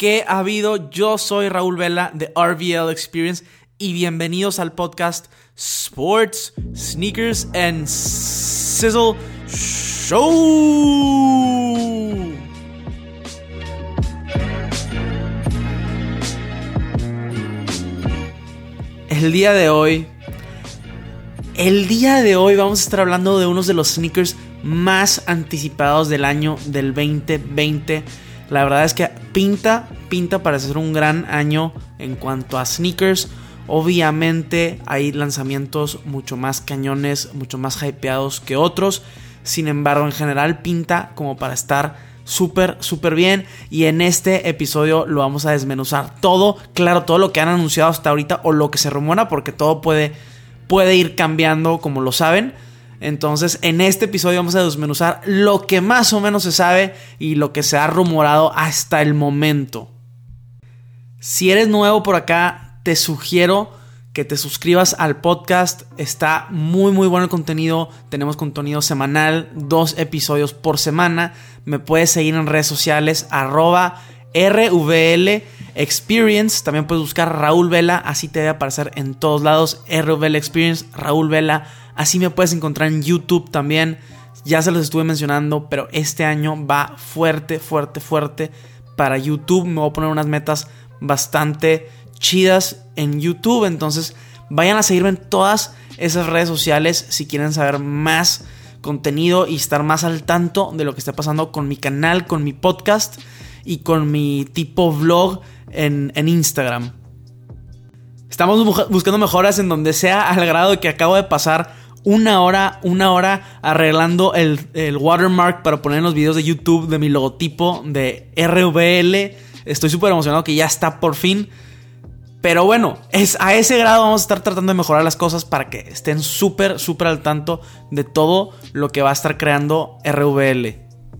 ¿Qué ha habido? Yo soy Raúl Vela de RVL Experience y bienvenidos al podcast Sports, Sneakers and Sizzle Show. El día de hoy vamos a estar hablando de unos de los sneakers más anticipados del año del 2020. La verdad es que pinta para ser un gran año en cuanto a sneakers. Obviamente hay lanzamientos mucho más cañones, mucho más hypeados que otros. Sin embargo, en general pinta como para estar súper bien. Y en este episodio lo vamos a desmenuzar todo. Claro, todo lo que han anunciado hasta ahorita o lo que se rumora, porque todo puede ir cambiando, como lo saben. Entonces, en este episodio vamos a desmenuzar lo que más o menos se sabe y lo que se ha rumorado hasta el momento. Si eres nuevo por acá, te sugiero que te suscribas al podcast. Está muy bueno el contenido. Tenemos contenido semanal, 2 episodios por semana. Me puedes seguir en redes sociales, @RVL Experience. También puedes buscar Raúl Vela, así te debe aparecer en todos lados. RVL Experience, Raúl Vela. Así me puedes encontrar en YouTube también. Ya se los estuve mencionando, pero este año va fuerte para YouTube. Me voy a poner unas metas bastante chidas en YouTube. Entonces vayan a seguirme en todas esas redes sociales si quieren saber más contenido y estar más al tanto de lo que está pasando con mi canal, con mi podcast y con mi tipo vlog en Instagram. Estamos buscando mejoras en donde sea, al grado de que acabo de pasar una hora arreglando el watermark para poner en los videos de YouTube de mi logotipo de RVL. Estoy súper emocionado que ya está por fin. Pero bueno, es a ese grado vamos a estar tratando de mejorar las cosas para que estén súper al tanto de todo lo que va a estar creando RVL.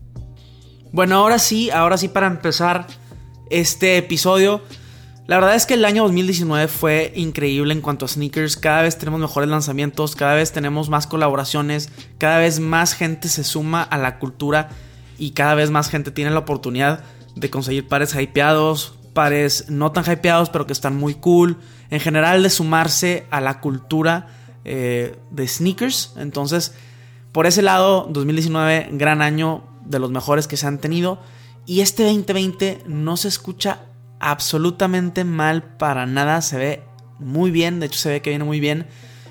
Bueno, ahora sí, para empezar este episodio. La verdad es que el año 2019 fue increíble en cuanto a sneakers. Cada vez tenemos mejores lanzamientos, cada vez tenemos más colaboraciones, cada vez más gente se suma a la cultura y cada vez más gente tiene la oportunidad de conseguir pares hypeados, pares no tan hypeados pero que están muy cool. En general, de sumarse a la cultura de sneakers. Entonces, por ese lado, 2019, gran año, de los mejores que se han tenido. Y este 2020 no se escucha absolutamente mal para nada. Se ve muy bien, de hecho se ve que viene muy bien.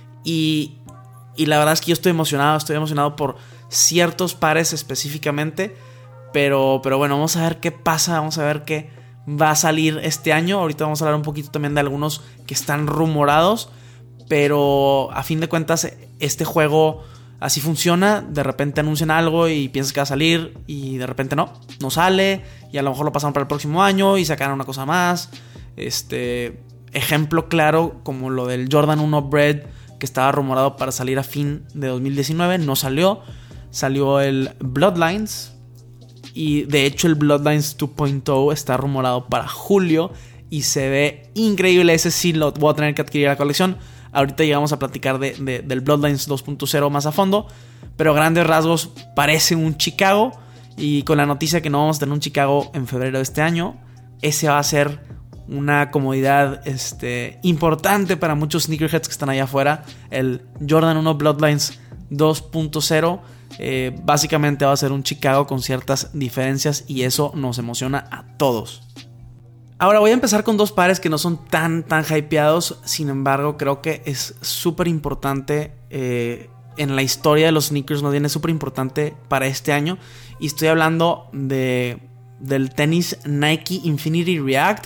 Y la verdad es que yo estoy emocionado por ciertos pares específicamente. Pero bueno, vamos a ver qué pasa, vamos a ver qué va a salir este año. Ahorita vamos a hablar un poquito también de algunos que están rumorados. Pero a fin de cuentas, este juego así funciona. De repente anuncian algo y piensas que va a salir y de repente no sale. Y a lo mejor lo pasaron para el próximo año y sacaron una cosa más. Ejemplo claro como lo del Jordan 1 Bread, que estaba rumorado para salir a fin de 2019. No salió. Salió el Bloodlines. Y de hecho el Bloodlines 2.0 está rumorado para julio. Y se ve increíble. Ese sí lo voy a tener que adquirir a la colección. Ahorita llegamos a platicar del Bloodlines 2.0 más a fondo. Pero a grandes rasgos parece un Chicago. Y con la noticia que no vamos a tener un Chicago en febrero de este año, ese va a ser una comodidad importante para muchos sneakerheads que están allá afuera. El Jordan 1 Bloodlines 2.0 básicamente va a ser un Chicago con ciertas diferencias. Y eso nos emociona a todos. Ahora voy a empezar con 2 pares que no son tan hypeados. Sin embargo, creo que es súper importante en la historia de los sneakers. Más bien es súper importante para este año. Y estoy hablando del tenis Nike Infinity React.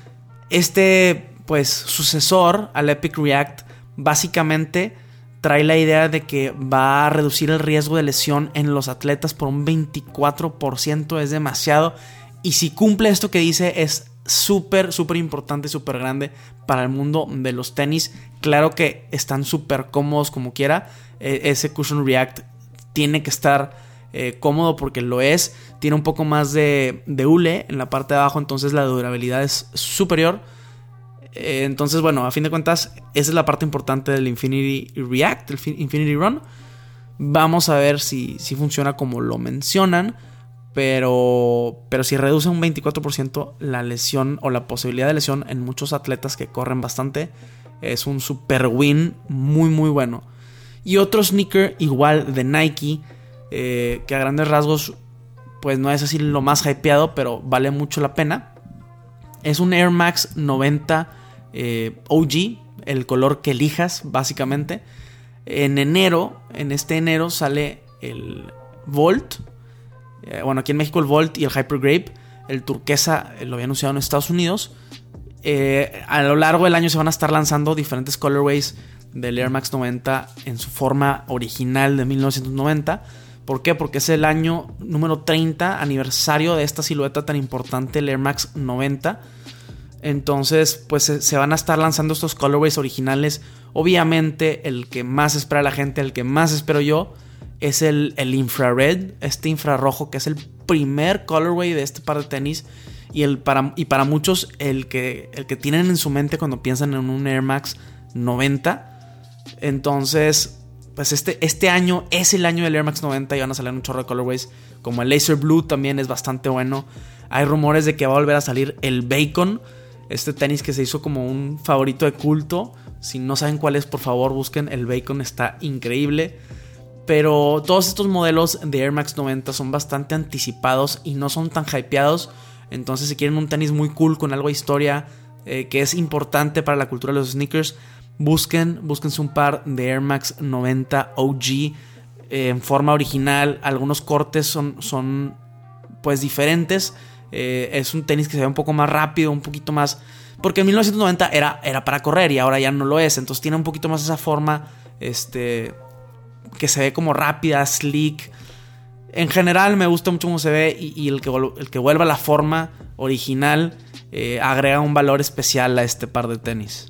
Pues sucesor al Epic React, básicamente trae la idea de que va a reducir el riesgo de lesión en los atletas por un 24%. Es demasiado. Y si cumple esto que dice, es súper importante, súper grande para el mundo de los tenis. Claro que están súper cómodos como quiera. Ese Cushion React tiene que estar cómodo porque lo es. Tiene un poco más de hule en la parte de abajo, entonces la durabilidad es superior. Entonces, bueno, a fin de cuentas, esa es la parte importante del Infinity React, el Infinity Run. Vamos a ver si funciona como lo mencionan. Pero sí reduce un 24% la lesión o la posibilidad de lesión en muchos atletas que corren bastante. Es un super win muy muy bueno. Y otro sneaker igual de Nike, que a grandes rasgos pues no es así lo más hypeado, pero vale mucho la pena. Es un Air Max 90 OG, el color que elijas básicamente. En este enero sale el Volt. Bueno, aquí en México el Volt y el Hyper Grape. El turquesa lo había anunciado en Estados Unidos. A lo largo del año se van a estar lanzando diferentes colorways del Air Max 90 en su forma original de 1990. ¿Por qué? Porque es el año número 30 aniversario de esta silueta tan importante, el Air Max 90. Entonces, pues se van a estar lanzando estos colorways originales. Obviamente, el que más espera la gente, el que más espero yo, es el infrared, este infrarrojo, que es el primer colorway de este par de tenis. Y para muchos, el que tienen en su mente cuando piensan en un Air Max 90. Entonces, pues este año es el año del Air Max 90 y van a salir un chorro de colorways. Como el Laser Blue también es bastante bueno. Hay rumores de que va a volver a salir el Bacon, este tenis que se hizo como un favorito de culto. Si no saben cuál es, por favor busquen el Bacon, está increíble. Pero todos estos modelos de Air Max 90 son bastante anticipados y no son tan hypeados. Entonces, si quieren un tenis muy cool con algo de historia, que es importante para la cultura de los sneakers, búsquense un par de Air Max 90 OG en forma original. Algunos cortes son pues diferentes. Es un tenis que se ve un poco más rápido, un poquito más, porque en 1990 era para correr y ahora ya no lo es. Entonces tiene un poquito más esa forma que se ve como rápida, sleek. En general me gusta mucho cómo se ve, y el que vuelva a la forma original agrega un valor especial a este par de tenis.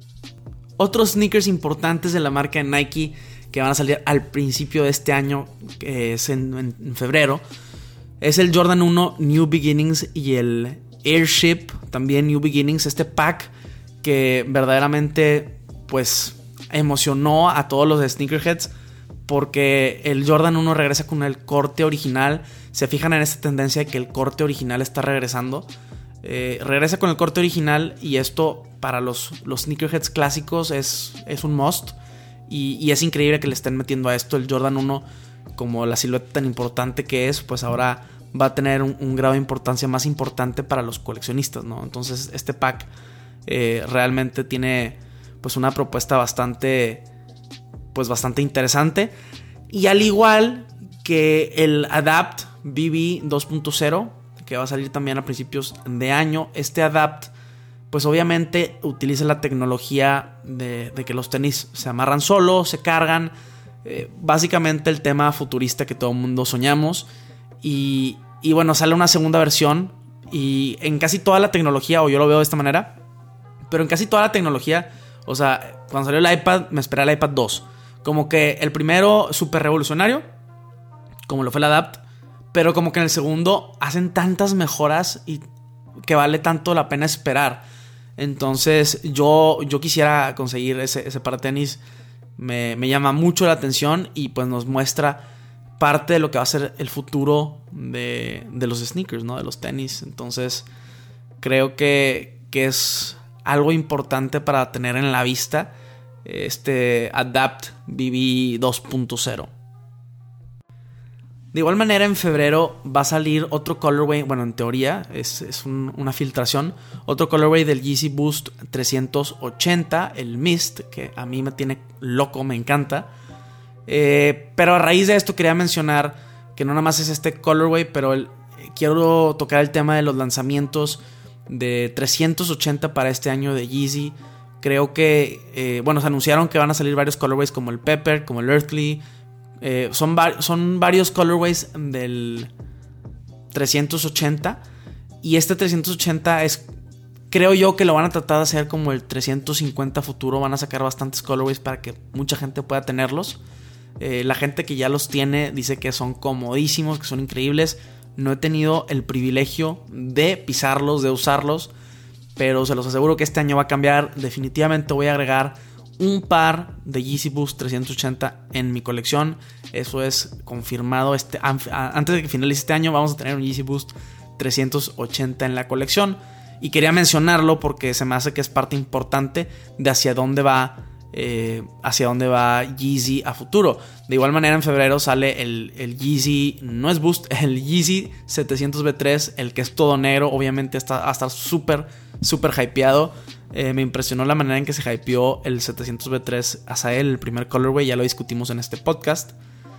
Otros sneakers importantes de la marca Nike que van a salir al principio de este año, que es en febrero, es el Jordan 1 New Beginnings y el Airship también New Beginnings. Este pack que verdaderamente pues emocionó a todos los sneakerheads, porque el Jordan 1 regresa con el corte original. Se fijan en esta tendencia de que el corte original está regresando. Regresa con el corte original, y esto para los sneakerheads clásicos es un must. Y es increíble que le estén metiendo a esto. El Jordan 1, como la silueta tan importante que es, pues ahora va a tener un grado de importancia más importante para los coleccionistas, ¿no? Entonces este pack realmente tiene pues una propuesta bastante interesante. Y al igual que el Adapt BB 2.0, que va a salir también a principios de año, este Adapt pues obviamente utiliza la tecnología de que los tenis se amarran solos, se cargan, básicamente el tema futurista que todo el mundo soñamos. Y bueno, sale una segunda versión, y en casi toda la tecnología, o yo lo veo de esta manera, pero en casi toda la tecnología, o sea, cuando salió el iPad me esperé el iPad 2, como que el primero súper revolucionario, como lo fue el Adapt, pero como que en el segundo hacen tantas mejoras y que vale tanto la pena esperar. Entonces yo quisiera conseguir ese par de tenis. Me llama mucho la atención, y pues nos muestra parte de lo que va a ser el futuro de los sneakers, ¿no? De los tenis. Entonces creo que es algo importante para tener en la vista este Adapt BB 2.0. De igual manera, en febrero va a salir otro colorway. Bueno, en teoría es una filtración. Otro colorway del Yeezy Boost 380, el Mist, que a mí me tiene loco, me encanta. Pero a raíz de esto quería mencionar que no nada más es este colorway, pero quiero tocar el tema de los lanzamientos de 380 para este año de Yeezy. Creo que, se anunciaron que van a salir varios colorways como el Pepper, como el Earthly. Son varios colorways del 380, y este 380 creo yo que lo van a tratar de hacer como el 350 futuro. Van a sacar bastantes colorways para que mucha gente pueda tenerlos. La gente que ya los tiene dice que son comodísimos, que son increíbles. No he tenido el privilegio de pisarlos, de usarlos, pero se los aseguro que este año va a cambiar. Definitivamente voy a agregar un par de Yeezy Boost 380 en mi colección. Eso es confirmado. Antes de que finalice este año vamos a tener un Yeezy Boost 380 en la colección. Y quería mencionarlo porque se me hace que es parte importante de hacia dónde va Yeezy a futuro. De igual manera, en febrero sale el Yeezy, no es Boost, el Yeezy 700V3, el que es todo negro. Obviamente va a estar súper hypeado. Me impresionó la manera en que se hypeó el 700V3 hasta el primer colorway. Ya lo discutimos en este podcast.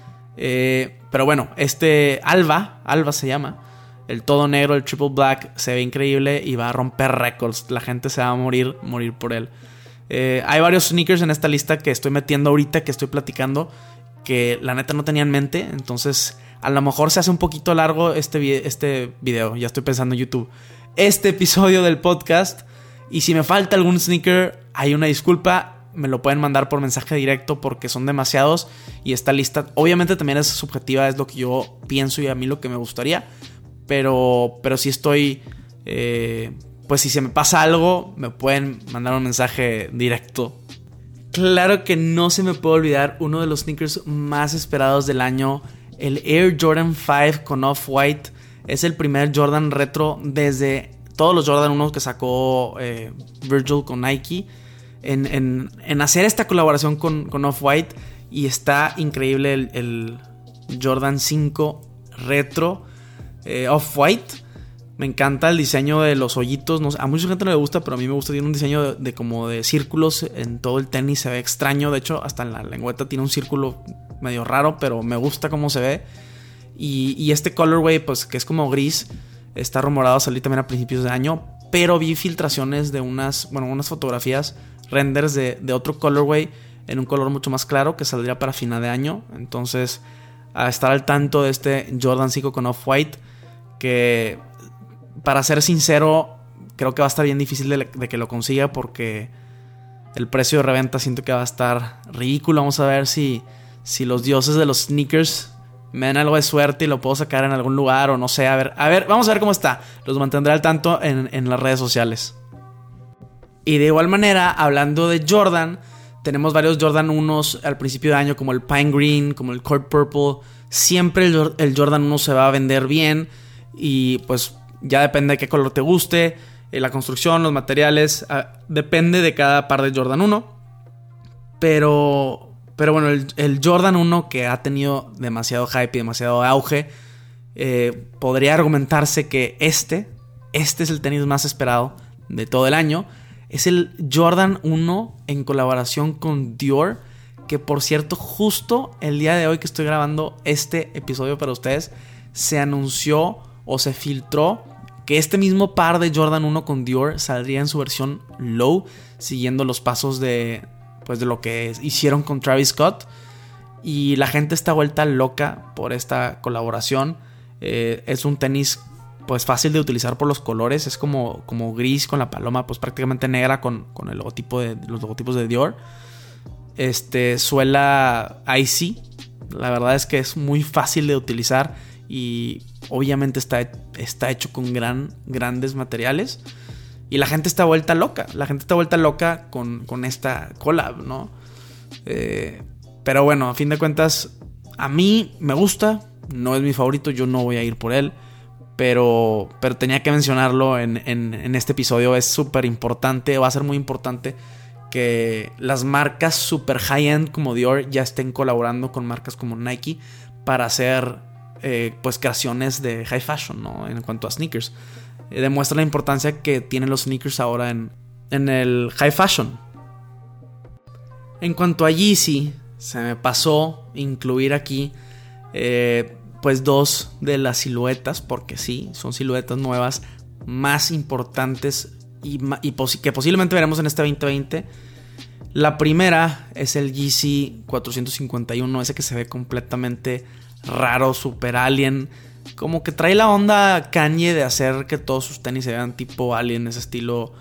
Pero bueno, Alba se llama. El todo negro, el triple black, se ve increíble y va a romper récords. La gente se va a morir por él. Hay varios sneakers en esta lista que estoy metiendo ahorita, que estoy platicando, que la neta no tenía en mente. Entonces a lo mejor se hace un poquito largo este video. Ya estoy pensando en YouTube. Este episodio del podcast. Y si me falta algún sneaker, hay una disculpa. Me lo pueden mandar por mensaje directo porque son demasiados. Y esta lista obviamente también es subjetiva. Es lo que yo pienso y a mí lo que me gustaría. Pero sí estoy... pues si se me pasa algo, me pueden mandar un mensaje directo. Claro que no se me puede olvidar uno de los sneakers más esperados del año. El Air Jordan 5 con Off-White. Es el primer Jordan retro desde todos los Jordan 1 que sacó Virgil con Nike. En hacer esta colaboración con Off-White. Y está increíble el Jordan 5 retro Off-White. Me encanta el diseño de los hoyitos. No sé, a mucha gente no le gusta, pero a mí me gusta. Tiene un diseño de como de círculos en todo el tenis. Se ve extraño. De hecho, hasta en la lengüeta tiene un círculo medio raro, pero me gusta cómo se ve. Y este colorway, pues que es como gris, está rumorado a salir también a principios de año. Pero vi filtraciones de unas fotografías, renders de otro colorway en un color mucho más claro que saldría para final de año. Entonces, a estar al tanto de este Jordan 5 con Off-White, que... para ser sincero, creo que va a estar bien difícil de que lo consiga porque el precio de reventa siento que va a estar ridículo. Vamos a ver si los dioses de los sneakers me dan algo de suerte y lo puedo sacar en algún lugar o no sé. A ver, vamos a ver cómo está. Los mantendré al tanto en las redes sociales. Y de igual manera, hablando de Jordan, tenemos varios Jordan 1s al principio de año, como el Pine Green, como el Court Purple. Siempre el Jordan 1 se va a vender bien y pues... ya depende de qué color te guste, la construcción, los materiales, depende de cada par de Jordan 1. Pero bueno, el Jordan 1 que ha tenido demasiado hype y demasiado auge, podría argumentarse que este es el tenis más esperado de todo el año. Es el Jordan 1 en colaboración con Dior, que por cierto, justo el día de hoy que estoy grabando este episodio para ustedes, se anunció o se filtró que este mismo par de Jordan 1 con Dior saldría en su versión low, siguiendo los pasos de lo que hicieron con Travis Scott. Y la gente está vuelta loca por esta colaboración. Es un tenis pues fácil de utilizar por los colores. Es como gris con la paloma pues prácticamente negra con los logotipos de Dior. Suela Icy. La verdad es que es muy fácil de utilizar. Y obviamente está hecho con grandes materiales. Y la gente está vuelta loca. La gente está vuelta loca con esta collab, ¿no? Pero bueno, a fin de cuentas, a mí me gusta. No es mi favorito, yo no voy a ir por él. Pero tenía que mencionarlo en este episodio. Es súper importante, va a ser muy importante que las marcas super high-end como Dior ya estén colaborando con marcas como Nike para hacer... pues creaciones de high fashion, ¿no? En cuanto a sneakers, demuestra la importancia que tienen los sneakers ahora en el high fashion. En cuanto a Yeezy, se me pasó incluir aquí pues dos de las siluetas, porque sí, son siluetas nuevas más importantes y que posiblemente veremos en este 2020. La primera es el Yeezy 451, ese que se ve completamente raro, super alien, como que trae la onda Kanye de hacer que todos sus tenis se vean tipo alien, ese estilo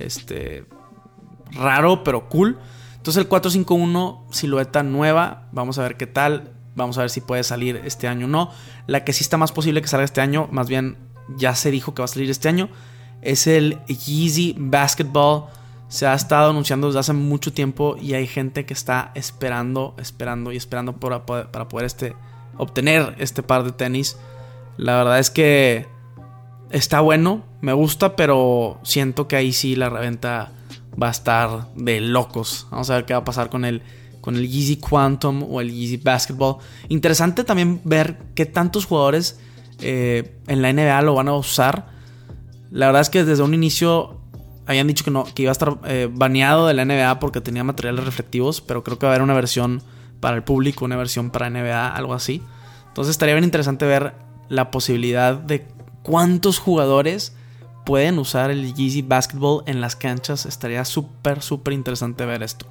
raro pero cool. Entonces el 451, silueta nueva, vamos a ver qué tal, vamos a ver si puede salir este año o no. La que sí está más posible que salga este año, más bien ya se dijo que va a salir este año, es el Yeezy Basketball se ha estado anunciando desde hace mucho tiempo y hay gente que está esperando para poder obtener este par de tenis. La verdad es que está bueno, me gusta, pero siento que ahí sí la reventa va a estar de locos. Vamos a ver qué va a pasar con el Yeezy Quantum o el Yeezy Basketball. Interesante también ver qué tantos jugadores en la NBA lo van a usar. La verdad es que desde un inicio habían dicho que iba a estar baneado de la NBA porque tenía materiales reflectivos, pero creo que va a haber una versión para el público, una versión para NBA, algo así. Entonces estaría bien interesante ver la posibilidad de cuántos jugadores pueden usar el Yeezy Basketball en las canchas. Estaría súper interesante ver esto.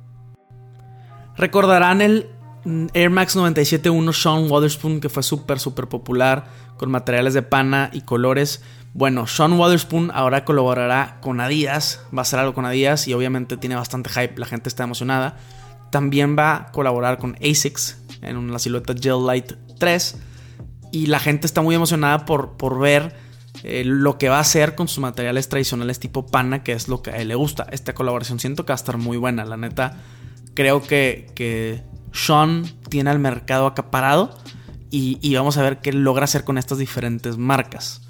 Recordarán el Air Max 97.1 Sean Wotherspoon, que fue súper popular con materiales de pana y colores. Bueno, Sean Wotherspoon ahora colaborará con Adidas, va a hacer algo con Adidas y obviamente tiene bastante hype, la gente está emocionada. También va a colaborar con ASICS en la silueta Gel Light 3 y la gente está muy emocionada por ver lo que va a hacer con sus materiales tradicionales tipo pana, que es lo que a él le gusta. Esta colaboración siento que va a estar muy buena, la neta. Creo que Sean tiene al mercado acaparado y vamos a ver qué logra hacer con estas diferentes marcas.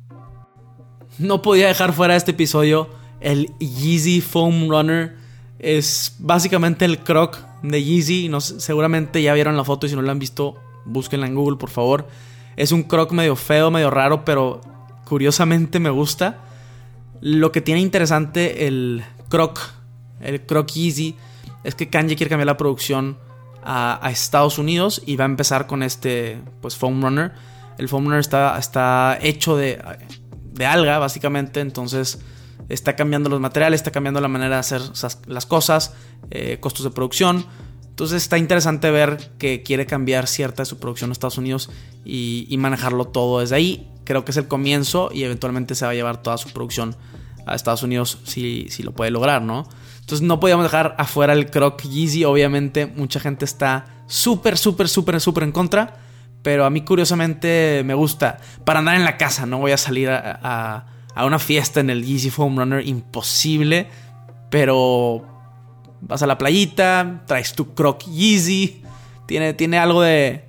No podía dejar fuera de este episodio el Yeezy Foam Runner. Es básicamente el Croc de Yeezy. Seguramente ya vieron la foto y si no la han visto, búsquenla en Google, por favor. Es un Croc medio feo, medio raro, pero curiosamente me gusta. Lo que tiene interesante el Croc Yeezy es que Kanye quiere cambiar la producción a Estados Unidos y va a empezar con este Foam Runner. El Foam Runner está hecho de alga, básicamente. Entonces está cambiando los materiales, está cambiando la manera de hacer las cosas, costos de producción. Entonces está interesante ver que quiere cambiar cierta de su producción a Estados Unidos y manejarlo todo desde ahí. Creo que es el comienzo y eventualmente se va a llevar toda su producción a Estados Unidos si lo puede lograr, ¿no? Entonces no podíamos dejar afuera el Croc Yeezy. Obviamente mucha gente está súper en contra, pero a mí curiosamente me gusta para andar en la casa. No voy a salir a una fiesta en el Yeezy Foam Runner, imposible. Pero vas a la playita, traes tu Croc Yeezy. Tiene algo de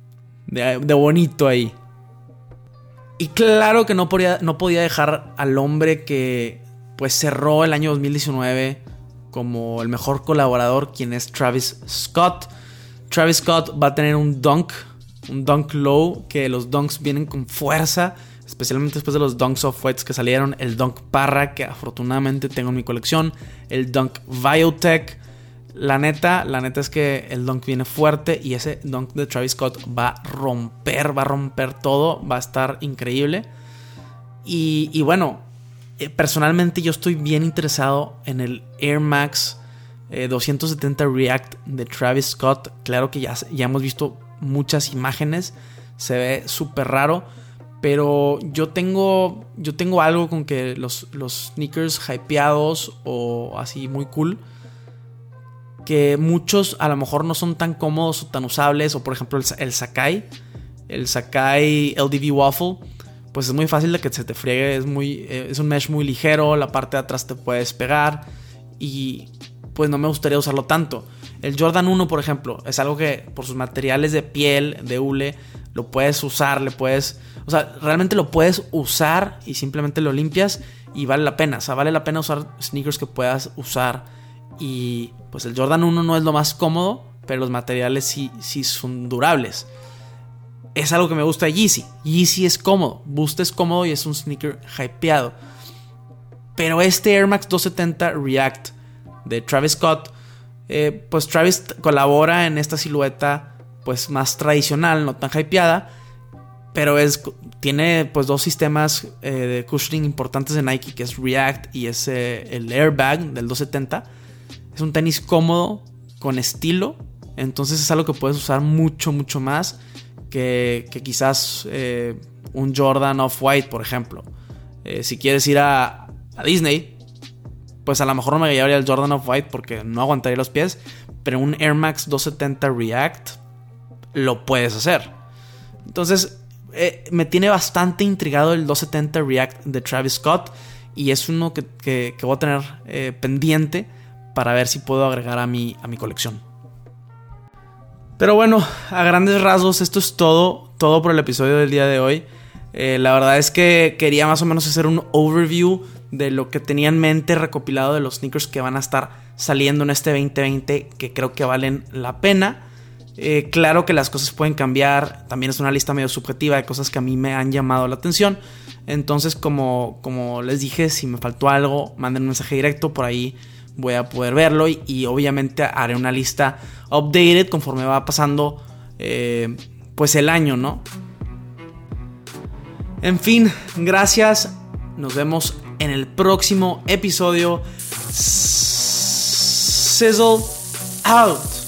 bonito ahí. Y claro que no podía dejar al hombre que pues cerró el año 2019 como el mejor colaborador, quien es Travis Scott. Travis Scott va a tener un dunk low, que los dunks vienen con fuerza, especialmente después de los dunks off-whites que salieron. El dunk Parra, que afortunadamente tengo en mi colección. El dunk Biotech. La neta es que el dunk viene fuerte y ese dunk de Travis Scott va a romper todo. Va a estar increíble. Y bueno, personalmente yo estoy bien interesado en el Air Max 270 React de Travis Scott. Claro que ya hemos visto muchas imágenes, se ve súper raro, pero yo tengo algo con que los sneakers hypeados o así muy cool, que muchos a lo mejor no son tan cómodos o tan usables, o por ejemplo el Sacai LDV Waffle, pues es muy fácil de que se te friegue, es un mesh muy ligero, la parte de atrás te puedes pegar y pues no me gustaría usarlo tanto. El Jordan 1, por ejemplo, es algo que por sus materiales de piel, de hule, lo puedes usar, realmente lo puedes usar y simplemente lo limpias y vale la pena. O sea, vale la pena usar sneakers que puedas usar. Y pues el Jordan 1 no es lo más cómodo, pero los materiales sí son durables. Es algo que me gusta de Yeezy. Yeezy es cómodo, Boost es cómodo y es un sneaker hypeado. Pero este Air Max 270 React de Travis Scott, pues Travis colabora en esta silueta pues más tradicional, no tan hypeada, pero tiene pues dos sistemas de cushioning importantes de Nike, que es React y es el Airbag del 270. Es un tenis cómodo, con estilo, entonces es algo que puedes usar mucho más que quizás un Jordan Off-White, por ejemplo. Si quieres ir a Disney, pues a lo mejor no me llevaría el Jordan Off-White porque no aguantaría los pies, pero un Air Max 270 React lo puedes hacer. Entonces me tiene bastante intrigado el 270 React de Travis Scott y es uno que voy a tener pendiente para ver si puedo agregar a mi colección. Pero bueno, a grandes rasgos esto es todo por el episodio del día de hoy. La verdad es que quería más o menos hacer un overview de lo que tenía en mente recopilado de los sneakers que van a estar saliendo en este 2020, que creo que valen la pena. Claro que las cosas pueden cambiar, también es una lista medio subjetiva de cosas que a mí me han llamado la atención. Entonces, como les dije, si me faltó algo, manden un mensaje directo, por ahí voy a poder verlo y obviamente haré una lista updated conforme va pasando pues el año, ¿no? En fin, gracias, nos vemos en el próximo episodio. Sizzle out.